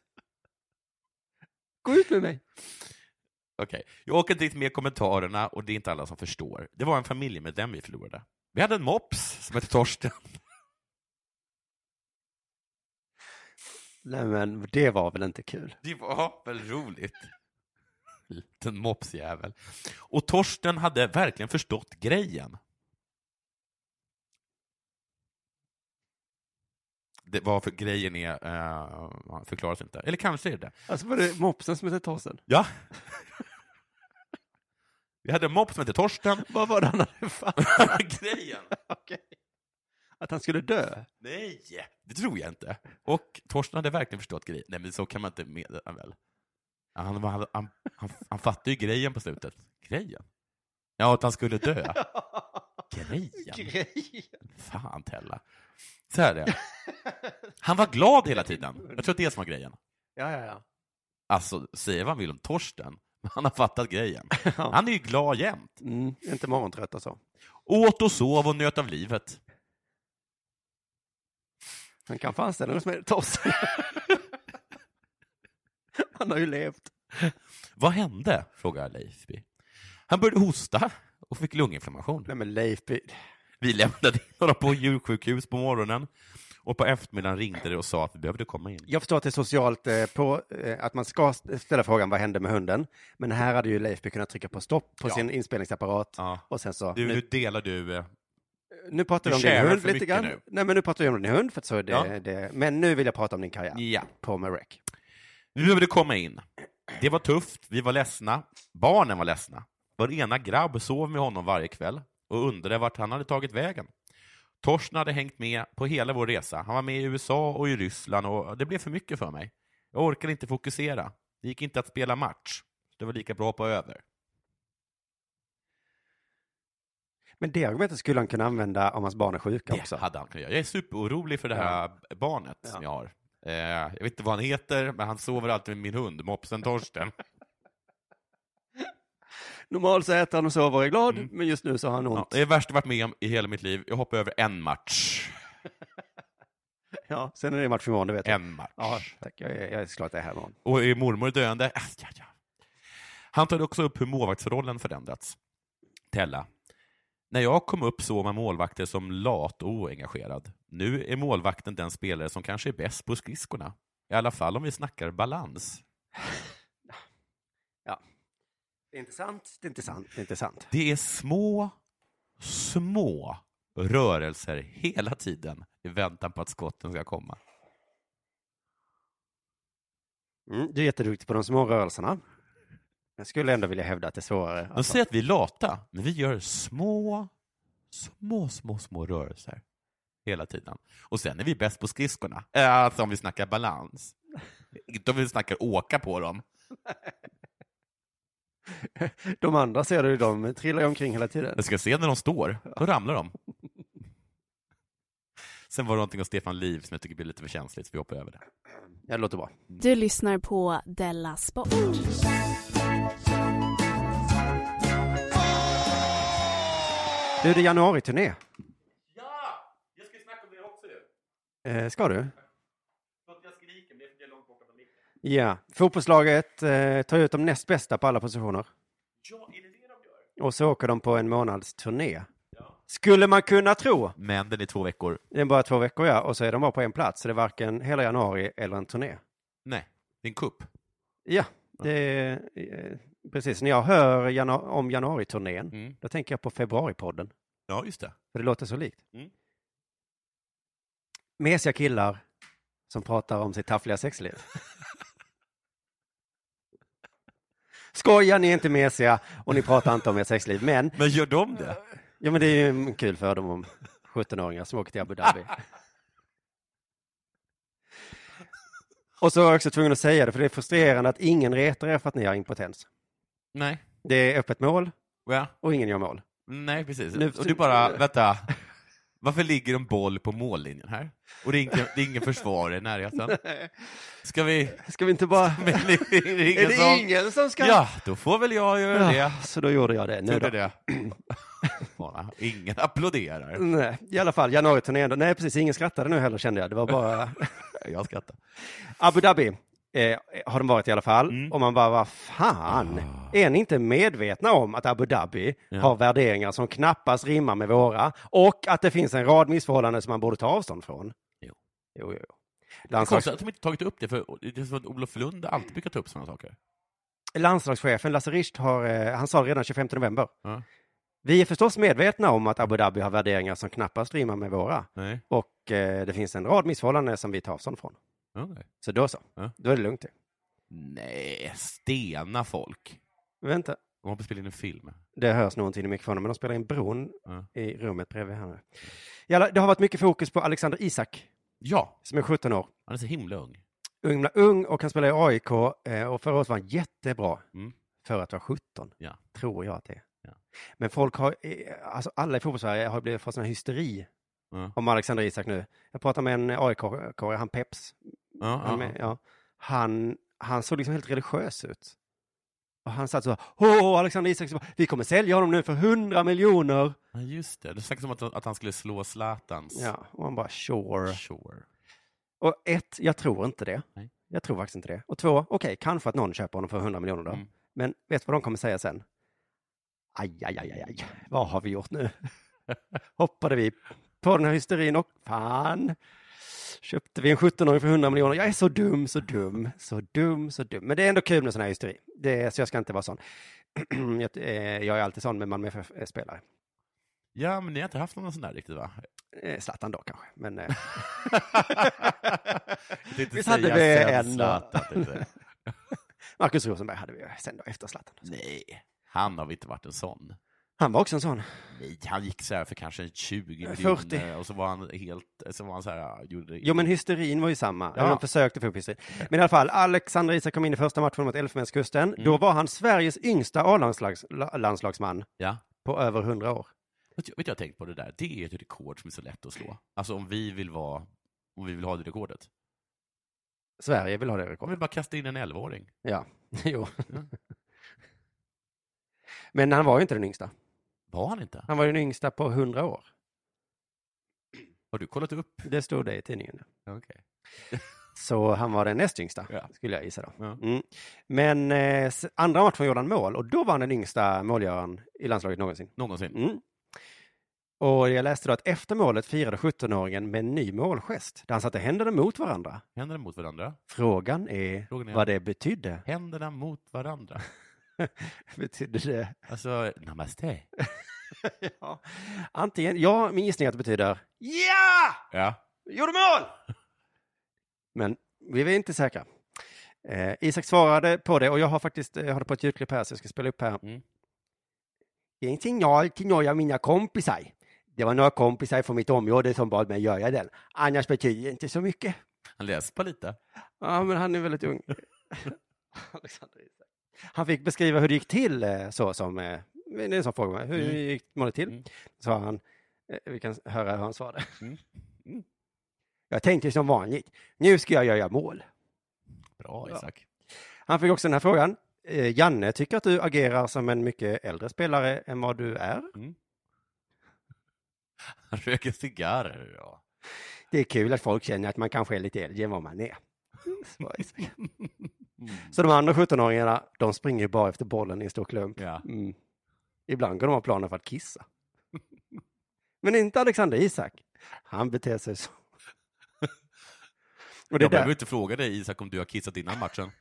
Gå ut med mig. Okej, jag orkar inte riktigt med kommentarerna och det är inte alla som förstår. Det var en familjemedlem vi förlorade. Vi hade en mops som hette Torsten. Nej, men det var väl inte kul. Det var väl roligt. Liten mopsjävel. Och Torsten hade verkligen förstått grejen. Det var för grejen är uh, förklaras inte. Eller kanske är det. Alltså var det mopsen som hette Torsten? Ja. Vi hade en mops som hette Torsten. Vad var det han hade fattat? Grejen. Okej. Att han skulle dö? Nej, det tror jag inte. Och Torsten hade verkligen förstått grejen. Nej, men så kan man inte med väl. Han, han, han, han, han fattade ju grejen på slutet. Grejen? Ja, att han skulle dö. Grejen? Grejen? Fan, Tella. Så här är det. Han var glad hela tiden. Jag tror att det är som var grejen. Ja, ja, ja. Alltså, säger vad han vill om Torsten. Han har fattat grejen. Han är ju glad jämt. Mm, inte morgontrött och så. Åt och sov och nöt av livet. Han kan få anställa någon som heter Torsten. Han har ju levt. Vad hände? Frågar Leifby. Han började hosta och fick lunginflammation. Nej, men Leifby... Vi lämnade in honom på djursjukhus på morgonen och på eftermiddagen ringde det och sa att vi behövde komma in. Jag förstår att det är socialt eh, på, eh, att man ska ställa frågan vad hände med hunden. Men här hade ju Leifby kunnat trycka på stopp på Ja. sin inspelningsapparat. Ja. Och sen så... Du, nu, nu delar du... Eh, nu pratar du vi om din kärar hund för lite mycket grann. nu. Nej, men nu pratar vi om din hund. För att så är det, Ja. det, men nu vill jag prata om din karriär ja. på Marek. Vi behövde komma in. Det var tufft, vi var ledsna. Barnen var ledsna. Vår ena grabb sov med honom varje kväll och undrade vart han hade tagit vägen. Torsten hade hängt med på hela vår resa. Han var med i U S A och i Ryssland och det blev för mycket för mig. Jag orkade inte fokusera. Det gick inte att spela match. Det var lika bra på över. Men det argumentet skulle han kunna använda om hans barn är sjuka Det också. hade han kunnat göra. Jag är superorolig för det här ja. barnet ja. som jag har. Eh, jag vet inte vad han heter, men han sover alltid med min hund, mopsen Torsten. Normalt så äter han och sover och är glad, Mm. men just nu så har han ont. Ja, det är det värsta jag varit med om i hela mitt liv. Jag hoppar över en match. Ja, sen är det match imorgon, det vet jag. En match. Ja, tack. Jag är, jag är såklart det är här imorgon. Och är mormor döende? Ah, ja, ja. Han tar också upp hur målvaktsrollen förändrats. Tella. När jag kom upp såg man målvakter som lat och oengagerad. Nu är målvakten den spelare som kanske är bäst på skridskorna. I alla fall om vi snackar balans. Ja. Det är inte sant, det är inte sant, det är inte sant. Det är små, små rörelser hela tiden i väntan på att skotten ska komma. Mm, du är jätteduktig på de små rörelserna. Jag skulle ändå vilja hävda att det är svårare. De säger att vi är lata, men vi gör små, små, små, små rörelser hela tiden. Och sen är vi bäst på skridskorna. Alltså om vi snackar balans. Inte om vi snackar åka på dem. De andra ser du, de trillar ju omkring hela tiden. Jag ska se när de står, då ramlar de. Sen var det någonting av Stefan Liv som jag tycker blir lite för känsligt, så vi hoppar över det. Ja, det låter bra. Du lyssnar på Della Sport. Du, det är januari-turné. Ja! Jag ska snacka om det också ju. Eh, ska du? Jag skriker, men det är långt borta från micken. Ja, fotbollslaget eh, tar ut de näst bästa på alla positioner. Ja, är det det de gör? Och så åker de på en månads turné. Ja. Skulle man kunna tro. Men den är två veckor. Det är bara två veckor, ja. Och så är de bara på en plats. Så det är varken hela januari eller en turné. Nej, det är en kupp. Ja, det är eh, precis. När jag hör janu- om januari-turnén, mm. då tänker jag på februaripodden. Ja, just det. För det låter så likt. Mm. Mesiga killar som pratar om sitt taffliga sexliv. Skoja, ni är inte mesiga och ni pratar inte om ert sexliv. Men, men gör de det? Ja, men det är ju kul för dem om sjutton-åringar som åker till Abu Dhabi. Och så är jag också tvungen att säga det, för det är frustrerande att ingen retar er för att ni har impotens. Nej. Det är öppet mål ja. och ingen gör mål. Nej, precis. Nu, och du bara, vänta, varför ligger en boll på mållinjen här? Och det är ingen, det är ingen försvar i närheten. Ska vi... Ska vi inte bara... det är, det är det som... ingen som ska... Ja, då får väl jag göra ja, det. Så då gjorde jag det. Nu då. det. Ingen applåderar. Nej, i alla fall, januari-turnén. Nej, precis, ingen skrattade nu heller, kände jag. Det var bara... jag skrattade. Abu Dhabi eh, har de varit i alla fall. Mm. Och man bara, vad fan? Oh. Är ni inte medvetna om att Abu Dhabi ja. har värderingar som knappast rimmar med våra? Och att det finns en rad missförhållanden som man borde ta avstånd från? Jo. Jo, jo, jo. Landslags... Det är konstigt att de inte tagit upp det, för det är så att Olof Lund alltid brukar ta upp sådana saker. Landslagschefen Lasse Richt har, eh, han sa redan tjugofemte november. Ja. Vi är förstås medvetna om att Abu Dhabi har värderingar som knappast rimmar med våra. Nej. Och eh, det finns en rad missförhållanden som vi tar avstånd från. Okay. Så då så. Ja. Då är det lugnt. Nej, stena folk. Vänta. De har spelat in en film. Det hörs nog inte i mikrofonen, men de spelar in bron ja. i rummet bredvid här nu. Ja, det har varit mycket fokus på Alexander Isak. Ja. Som är sjutton år. Han är så himla ung. Ung, ung och han spelar i A I K. Och förra året var han jättebra mm. för att vara sjutton. Ja. Tror jag att det är. Ja. Men folk har, alltså alla i fotbollssverige har blivit fått sån här hysteri ja. om Alexander Isak nu. Jag pratade med en A I K, han Peps. Ja, han, ja. ja. Han, han såg liksom helt religiös ut. Och han satt så, åh, Alexander Isak, vi kommer sälja honom nu för hundra miljoner. Ja, just det. Det snackades om att, att han skulle slå Zlatans. Ja, och han bara, sure. Sure. Och ett, jag tror inte det. Nej. Jag tror faktiskt inte det. Och två, okej, okay, kanske att någon köper honom för hundra miljoner då. Mm. Men vet du vad de kommer säga sen? Aj, aj, aj, aj, aj. Vad har vi gjort nu? Hoppade vi på den här hysterin och fan, köpte vi en sjutton-åring för hundra miljoner. Jag är så dum, så dum, så dum, så dum. Men det är ändå kul med sån här hysteri. Det är, så jag ska inte vara sån. jag, jag är alltid sån med man med spelare. Ja, men ni har inte haft någon sån där riktigt, va? Zlatan då kanske, men... Visst hade vi en... Zlatan, Marcus Rosenberg hade vi sen då efter Zlatan. Nej, han har inte varit en sån. Han var också en sån. Nej, han gick så här för kanske tjugo fyrtio miljoner och så var han helt, så var han så här, gjorde... Jo, men hysterin var ju samma. Ja. De försökte få upp hysterin. Men i alla fall, Alexander Isak kom in i första matchen mot Elfenbenskusten. Mm. Då var han Sveriges yngsta A-landslagsman ja. på över hundra år. Vet du, vet du, jag har tänkt på det där. Det är ett rekord som är så lätt att slå. Alltså om vi vill vara, om vi vill ha det rekordet. Sverige vill ha det rekordet. Vi vill bara kasta in en elvaåring. Ja, jo. Ja. Men han var ju inte den yngsta. Var han inte? Han var ju den yngsta på hundra år. Har du kollat upp? Det stod det i tidningen. Okej. Okay. Så han var den näst yngsta, ja. skulle jag gissa då. Ja. Mm. Men eh, andra matchen gjorde han mål och då var han den yngsta målgöraren i landslaget någonsin. Någonsin. Mm. Och jag läste då att efter målet firade sjutton-åringen med en ny målgest där han satte händerna mot varandra. Händerna mot varandra? Frågan är, Frågan är vad det betydde. Händerna mot varandra. Betydde det? Alltså, namaste. ja. Antingen, ja, min gissning att det betyder ja! Ja. Gjorde mål! Men vi är inte säkra. Eh, Isak svarade på det och jag har faktiskt jag har det på ett ljudklipp här så jag ska spela upp här. Mm. Det är en signal till några av mina kompisar. Det var några kompisar från mitt område som bad mig göra den. Annars betyder det inte så mycket. Han läspar lite. Ja, men han är väldigt ung. Alexander Isak. Han fick beskriva hur det gick till så som, det är en sån fråga, hur mm. gick det till? Mm. Så han, vi kan höra hur han svarade. Mm. Mm. Jag tänkte som vanligt, nu ska jag göra mål. Bra, Isak. Ja. Han fick också den här frågan. Janne tycker att du agerar som en mycket äldre spelare än vad du är. Mm. Han röker cigarrer, ja. Det är kul att folk känner att man kanske är lite äldre än vad man är. Mm. Så de andra sjuttonåringarna, de springer bara efter bollen i en stor klump. Ja. Mm. Ibland går de ha planer för att kissa. Men inte Alexander Isak. Han beter sig så. Och det jag behöver inte fråga dig, Isak, om du har kissat innan matchen.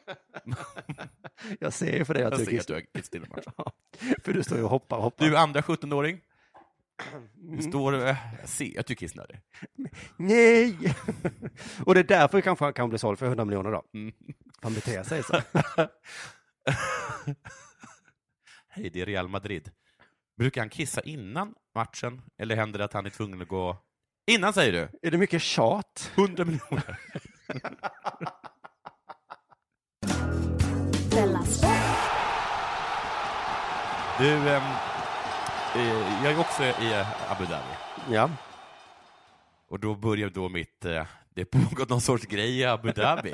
Jag ser ju för det att, jag du, ser att du har kissat innan matchen. Ja, för du står ju och hoppar och hoppar. Du andra sjuttonåring. Du står, jag ser att du kissnar dig. Nej! Och det är därför kanske han kan bli såld för hundra miljoner då. Mm. Han beter sig så. Hej, det är Real Madrid. Brukar han kissa innan matchen? Eller händer det att han är tvungen att gå... Innan, säger du? Är det mycket tjat? Hundra miljoner. Du, ähm, jag är också i Abu Dhabi. Ja. Och då börjar då mitt... Äh, det pågår någon sorts grej i Abu Dhabi.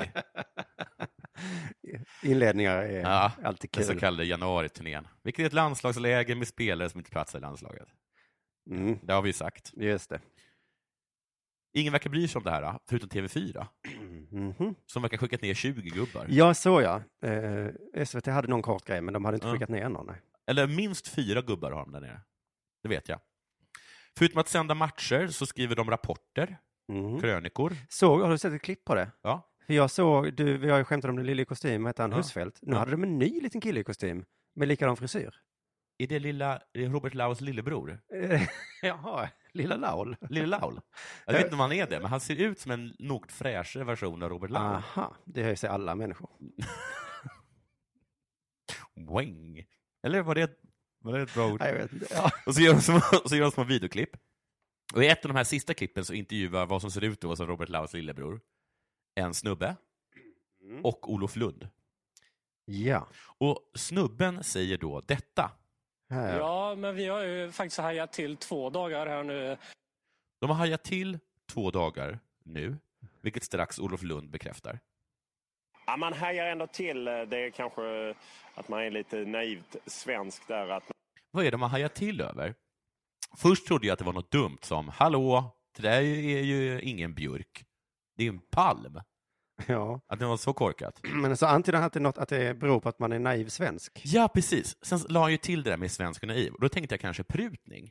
Inledningar är ja, alltid kul. Den så kallade januari-turnén. Vilket är ett landslagsläge med spelare som inte platsar i landslaget. Mm. Det har vi sagt. Just det. Ingen verkar bry sig om det här, förutom T V fyra. Mm-hmm. Som verkar skickat ner tjugo gubbar. Ja, så ja. Eh, S V T hade någon kort grej, men de hade inte skickat mm. ner någon. Nej. Eller minst fyra gubbar har de där nere. Det vet jag. Förutom att sända matcher så skriver de rapporter, mm. krönikor. Så, har du sett ett klipp på det? Ja. För jag såg, du, vi har ju skämtat om den lilla i kostym, hette han ja. Husfeldt. Nu ja. hade de en ny liten kille i kostym med likadan frisyr. Är det lilla Robert Laus lillebror? Jaha, lilla Laul. Lilla Laul. Jag vet inte om han är det, men han ser ut som en något fräschare version av Robert Laul. Aha, det hör sig alla människor. Wing. Eller var det, var det ett bra ord? Jag vet inte. Ja. Och så gör de små, så gör de små videoklipp. Och i ett av de här sista klippen så intervjuar vad som ser ut då som Robert Laus lillebror en snubbe mm. och Olof Lund. Ja. Och snubben säger då detta. Här. Ja, men vi har ju faktiskt hajat till två dagar här nu. De har hajat till två dagar nu, vilket strax Olof Lund bekräftar. Ja, man hajar ändå till. Det är kanske att man är lite naivt svensk där. Att... Vad är det man hajar till över? Först trodde jag att det var något dumt som, hallå, det där är ju ingen björk. Det är en palm. Ja. Att det var så korkat. Men så antyder han att det, något, att det beror på att man är naiv svensk. Ja, precis. Sen la han ju till det där med svensk och naiv. Och då tänkte jag kanske prutning.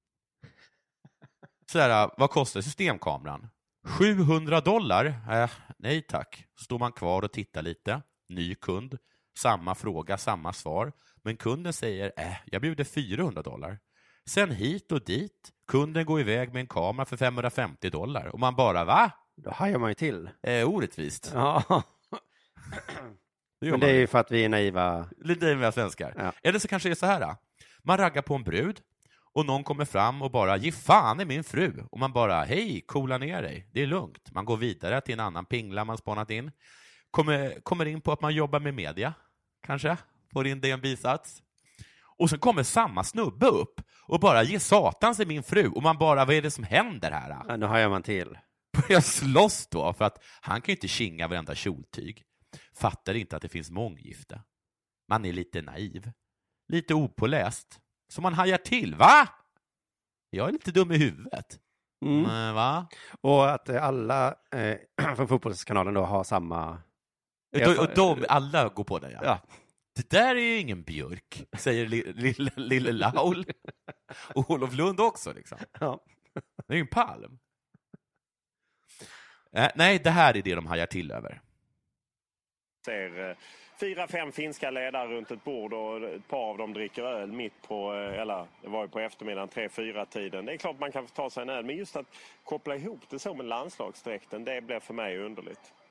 Sådär, vad kostar systemkameran? sjuhundra dollar? Äh, nej tack. Så står man kvar och tittar lite. Ny kund. Samma fråga, samma svar. Men kunden säger, äh, jag bjuder fyrahundra dollar. Sen hit och dit. Kunden går iväg med en kamera för femhundrafemtio dollar. Och man bara, va? Då hajar man ju till. Eh, orättvist. Ja. Det Men det är ju för att vi är naiva. Lite naiva svenskar. Ja. Eller så kanske det är så här. Man raggar på en brud. Och någon kommer fram och bara, ge fan är min fru. Och man bara, hej, coola ner dig. Det är lugnt. Man går vidare till en annan pingla man spanat in. Kommer, kommer in på att man jobbar med media. Kanske. Får in det en bisats. Och sen kommer samma snubbe upp. Och bara, ge satans är min fru. Och man bara, vad är det som händer här? Ja, nu hajar man till. Börjar slåss då. För att han kan ju inte kinga varenda kjoltyg. Fattar inte att det finns månggifte. Man är lite naiv. Lite opåläst. Så man hajar till, va? Jag är lite dum i huvudet. Mm. Men, va? Och att alla eh, från fotbollskanalen då har samma... Och, och de, alla går på det, ja. ja. Det där är ju ingen björk, säger lille, lille Laul. Och Olof Lund också, liksom. Ja. Det är ju en palm. Äh, nej, det här är det de hajar till över. Ser eh, fyra, fem finska ledare runt ett bord och ett par av dem dricker öl mitt på, eh, eller det var ju på eftermiddagen, tre, fyra tiden. Det är klart man kan ta sig en öl, men just att koppla ihop det så med landslagsdräkten, det blev för mig underligt.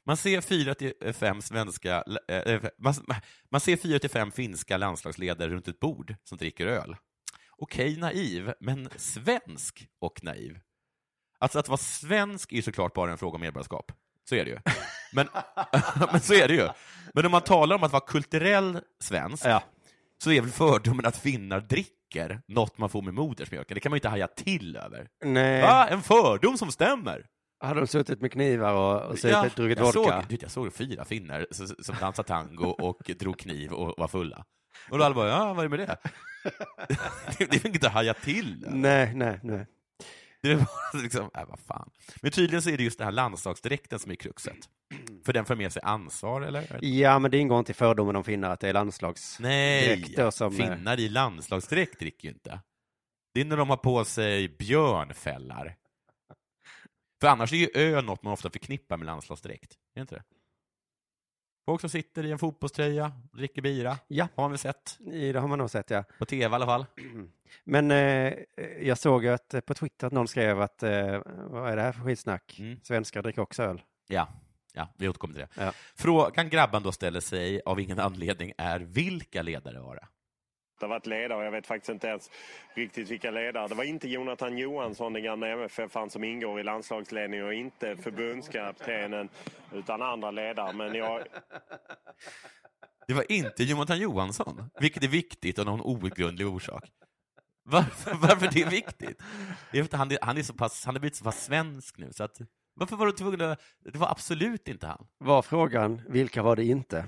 Man ser fyra till fem svenska, äh, man, man ser fyra till fem finska landslagsledare runt ett bord som dricker öl. Okej, naiv, men svensk och naiv. Alltså att vara svensk är såklart bara en fråga om medborgarskap. Så är det ju. Men, men så är det ju. Men om man talar om att vara kulturell svensk, ja. Så är väl fördomen att finnar dricker något man får med modersmjölken. Det kan man ju inte haja till över. Nej. Va? En fördom som stämmer. Hade de suttit med knivar och, och så ja, druckit jag vodka? Såg, jag såg fyra finnar som dansade tango och drog kniv och var fulla. Och då alla bara, ja, vad är det med det? Det är inget att haja till. Eller? Nej, nej, nej. Det var liksom, äh, vad fan. Men tydligen så är det just den här landslagsdräkten som är kruxet. För den för med sig ansvar, eller? Ja, men det ingår inte i fördomen de finnar att det är landslagsdräkter. Nej, som finnar i landslagsdräkt dricker ju inte. Det är när de har på sig björnfällar. För annars är ju öl något man ofta förknippar med landslagsdräkt. Är det inte det? Folk som sitter i en fotbollströja och dricker bira. Ja. Har man väl sett? I, det har man nog sett, ja. På tv i alla fall. Men eh, jag såg att på Twitter att någon skrev att eh, vad är det här för skitsnack? Mm. Svenskar dricker också öl. Ja, ja, vi återkommer till det. Ja. Frågan grabban då ställer sig av ingen anledning är vilka ledare var det? Det har varit ledare och jag vet faktiskt inte ens riktigt vilka ledare. Det var inte Jonathan Johansson, den gamla M F F, som ingår i landslagsledningen, och inte förbundskaptenen utan andra ledare. Men jag... Det var inte Jonathan Johansson, vilket är viktigt av någon outgrundlig orsak. Varför, varför det är viktigt? Han är, han är så pass, han har blivit så pass svensk nu så att varför var du tvungen att, det var absolut inte han. Var frågan, vilka var det inte?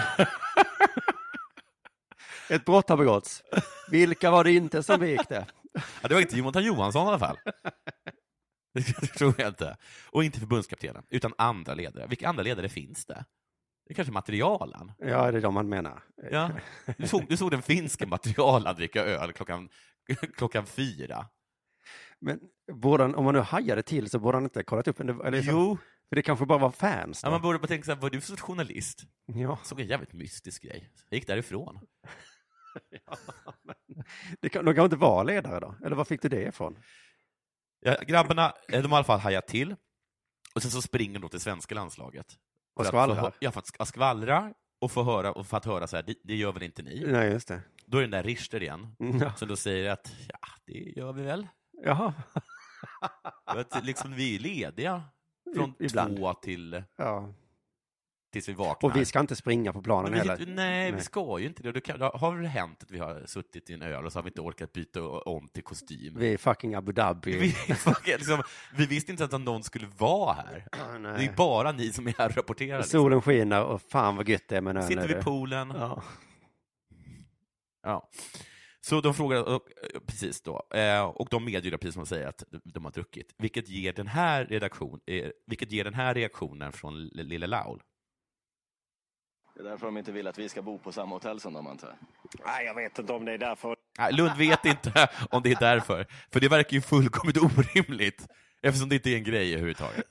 Ett brott har begåtts. Vilka var det inte som begick det? Ja, det var inte Jonathan Johansson i alla fall. Det tror jag inte. Och inte förbundskaptenen, utan andra ledare. Vilka andra ledare finns det? Det är kanske materialen. Ja, det är de man menar. Ja. Du såg, du såg den finska materialen dricka öl klockan, klockan fyra. Men borde han, om man nu hajade till så borde han inte kollat upp. Eller så, jo. För det kanske bara var fans. Då. Ja, man borde bara tänka så här, var du för journalist? Ja. Såg en jävligt mystisk grej. Jag gick därifrån. Ja, men det kan, de kan inte vara ledare då? Eller vad fick du det ifrån? Ja, grabbarna, de har i alla fall hajat till. Och sen så springer de till svenska landslaget. Och skvallrar? Att, ja, för att skvallra och få höra, och för att höra så här, det, det gör väl inte ni? Nej, just det. Då är den där Richter igen. Ja. Som då säger att, ja, det gör vi väl. Jaha. Att liksom vi är lediga från ibland. två till... Ja. Tills vi vaknar. Och vi ska inte springa på planen vi, heller. Nej, nej, vi ska ju inte det. det kan, har det hänt att vi har suttit i en öl och så har vi inte orkat byta om till kostym? Vi är fucking Abu Dhabi. Vi, fucking, liksom, vi visste inte att någon skulle vara här. Oh, det är bara ni som är här och rapporterar. Liksom. Solen skiner och fan vad gött det är med en sitter vid poolen. Ja. Ja. Så de frågar, och, precis då, och de medger precis som de säger att de har druckit. Vilket ger den här redaktion, vilket ger den här reaktionen från Lille Laul. Det är därför de inte vill att vi ska bo på samma hotell som de, antar jag. Nej, jag vet inte om det är därför. Nej, Lund vet inte om det är därför. För det verkar ju fullkomligt orimligt. Eftersom det inte är en grej överhuvudtaget.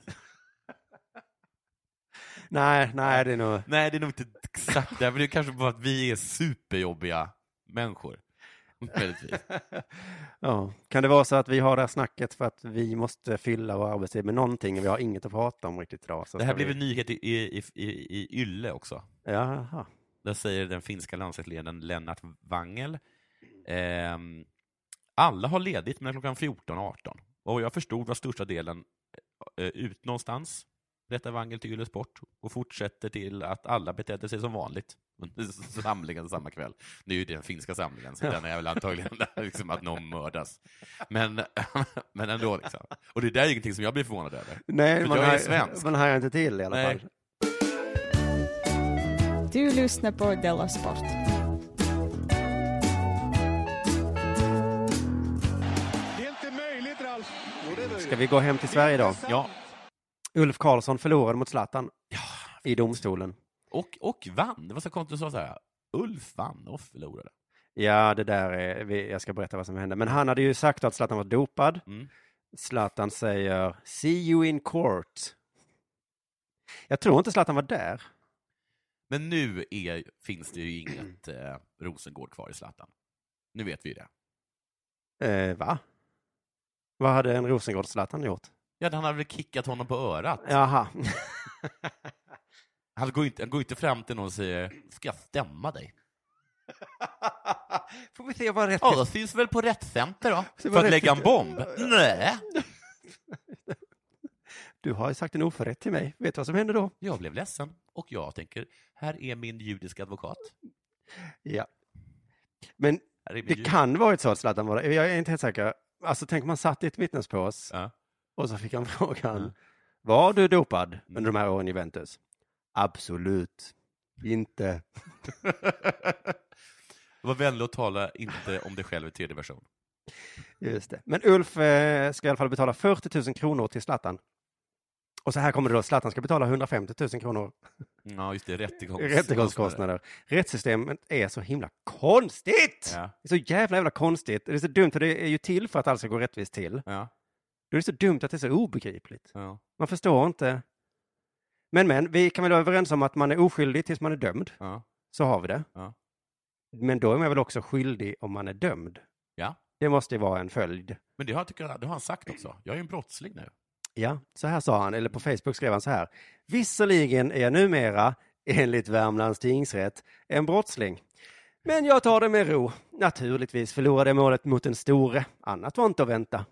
Nej, nej, det är nog... Nej, det är nog inte exakt det. Men det är kanske bara att vi är superjobbiga människor. Ja. Kan det vara så att vi har det här snacket för att vi måste fylla vår arbetstid med någonting och vi har inget att prata om riktigt idag? Så det här blev vi... en nyhet i, i, i, i Ylle också. Jaha. Där säger den finska landslagsledaren Lennart Wangel. Eh, alla har ledigt mellan klockan fjorton och arton. Och jag förstod var största delen eh, ut någonstans. Berättar Wangel till Yle Sport och fortsätter till att alla betedde sig som vanligt. Samlingen samma kväll. Nu är ju den finska samlingen, så den är väl antagligen liksom att någon mördas. Men, men ändå liksom. Och det där är ingenting som jag blir förvånad över. Nej, man jag har, är svensk. Man har inte till i alla Nej. fall. Du lyssnar på Della Sport. Det är inte möjligt, Ralf. Ska vi gå hem till Sverige då? Ja. Ulf Karlsson förlorade mot Zlatan ja. i domstolen. Och, och vann. Det var så konstigt att säga. Ulf vann och förlorade. Ja, det där är... Jag ska berätta vad som hände. Men han hade ju sagt att Zlatan var dopad. Mm. Zlatan säger, see you in court. Jag tror inte Zlatan var där. Men nu är, finns det ju inget eh, Rosengård kvar i Zlatan. Nu vet vi ju det. Eh, va? Vad hade en Rosengård Zlatan gjort? Ja, han hade väl kickat honom på örat. Jaha. Han går inte, han går inte fram till någon och säger, ska jag stämma dig? Får vi se vad rätt... Ja, det finns väl på rättscenter då? För att lägga en bomb? Nej. Du har ju sagt en oförrätt till mig. Vet du vad som händer då? Jag blev ledsen. Och jag tänker, här är min judiska advokat. Ja. Men det kan vara ett så att Zlatan var det. Jag är inte helt säker. Alltså tänk om man satt i ett vittnespås ja. och så fick han frågan. Mm. Var du dopad under de här åren i Juventus? Absolut inte. Det var vänlig att tala inte om dig själv i tredje version. Just det. Men Ulf eh, ska i alla fall betala fyrtio tusen kronor till Zlatan. Och så här kommer det då, Zlatan ska betala hundrafemtio tusen kronor. Ja, just det, rättegångs- rättegångskostnader. Rättssystemet är så himla konstigt! Ja. Det är så jävla jävla konstigt. Det är så dumt, för det är ju till för att allt ska gå rättvist till. Ja. Det är så dumt att det är så obegripligt. Ja. Man förstår inte. Men, men, vi kan väl vara överens om att man är oskyldig tills man är dömd. Ja. Så har vi det. Ja. Men då är man väl också skyldig om man är dömd. Ja. Det måste ju vara en följd. Men det har, tycker jag, det har han sagt också. Jag är en brottsling nu. Ja, så här sa han, eller på Facebook skrev han så här. Visserligen är jag numera, enligt Värmlands tingsrätt, en brottsling. Men jag tar det med ro. Naturligtvis förlorade jag målet mot en store. Annat var inte att vänta.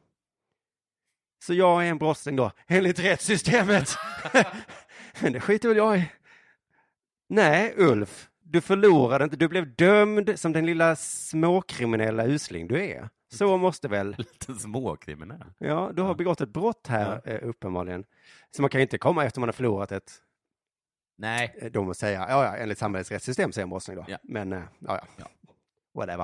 Så jag är en brottsling då, enligt rättssystemet. Men det skiter väl jag i. Nej, Ulf. Du förlorade inte. Du blev dömd som den lilla småkriminella usling du är. Så måste väl... Lite småkriminell. Ja, du har begått ett brott här ja. uppenbarligen. Så man kan ju inte komma efter man har förlorat ett... Nej. De måste säga, ja, ja, enligt samhällets rättssystem så är en brottsling då. Ja. Men, ja, ja. ja. Whatever.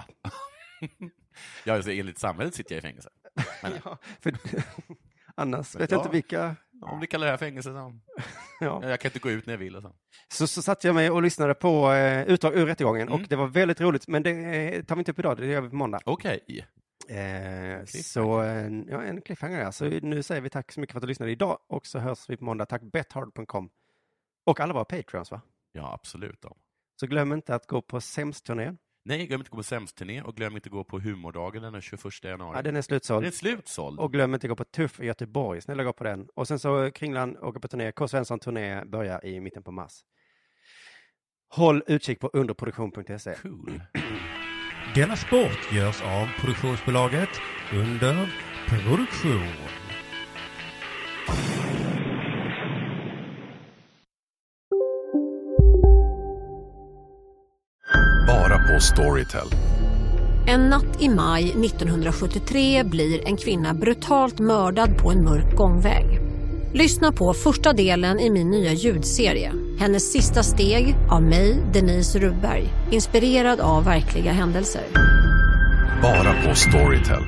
Ja, alltså, enligt samhället sitter jag i fängelse. Men, ja, för... Annars vet jag ja. inte vilka... Om vi kallar det här fängelse så... ja. Jag kan inte gå ut när jag vill och så. Så, så satt jag mig och lyssnade på eh, utdrag ur rättegången mm. och det var väldigt roligt, men det eh, tar vi inte upp idag, det gör vi på måndag. Okej. Okay. Eh, så eh, ja, en cliffhanger där. Så nu säger vi tack så mycket för att du lyssnade idag och så hörs vi på måndag. Tack bethard punkt com och alla våra Patreons, va? Ja, absolut. Då. Så glöm inte att gå på Sämst-turnén. Nej, glöm inte att gå på Sämst-turné och glöm inte att gå på Humordagen den tjugoförsta januari. Ja, den är slutsåld. Den är slutsåld. Och glöm inte att gå på Tuff i Göteborg. Snälla gå på den. Och sen så Kringlan åker på turné. K. Svensson turné börjar i mitten på mars. Håll utkik på underproduktion punkt se. Cool. Denna sport görs av produktionsbolaget Under Produktion. Bara på Storytel. En natt i maj nittonhundrasjuttiotre blir en kvinna brutalt mördad på en mörk gångväg. Lyssna på första delen i min nya ljudserie. Hennes sista steg av mig, Denise Rubberg. Inspirerad av verkliga händelser. Bara på Storytel.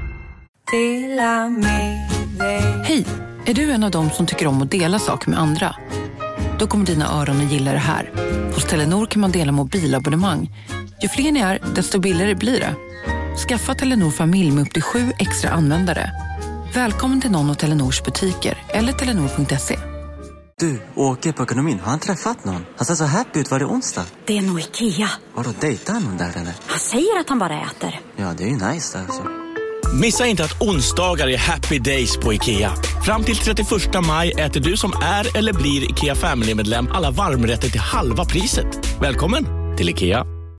Hej, är du en av dem som tycker om att dela saker med andra? Då kommer dina öron att gilla det här. Hos Telenor kan man dela mobilabonnemang. Ju fler ni är, desto billigare blir det. Skaffa Telenor familj med upp till sju extra användare. Välkommen till någon av Telenors butiker eller telenor punkt se. Du, åker på ekonomin. Har han träffat någon? Han ser så happy ut. Var det onsdag? Det är nog Ikea. Har du dejtat någon där eller? Han säger att han bara äter. Ja, det är ju nice där alltså. Missa inte att onsdagar är happy days på Ikea. Fram till trettioförsta maj äter du som är eller blir Ikea Family-medlem alla varmrätter till halva priset. Välkommen till Ikea.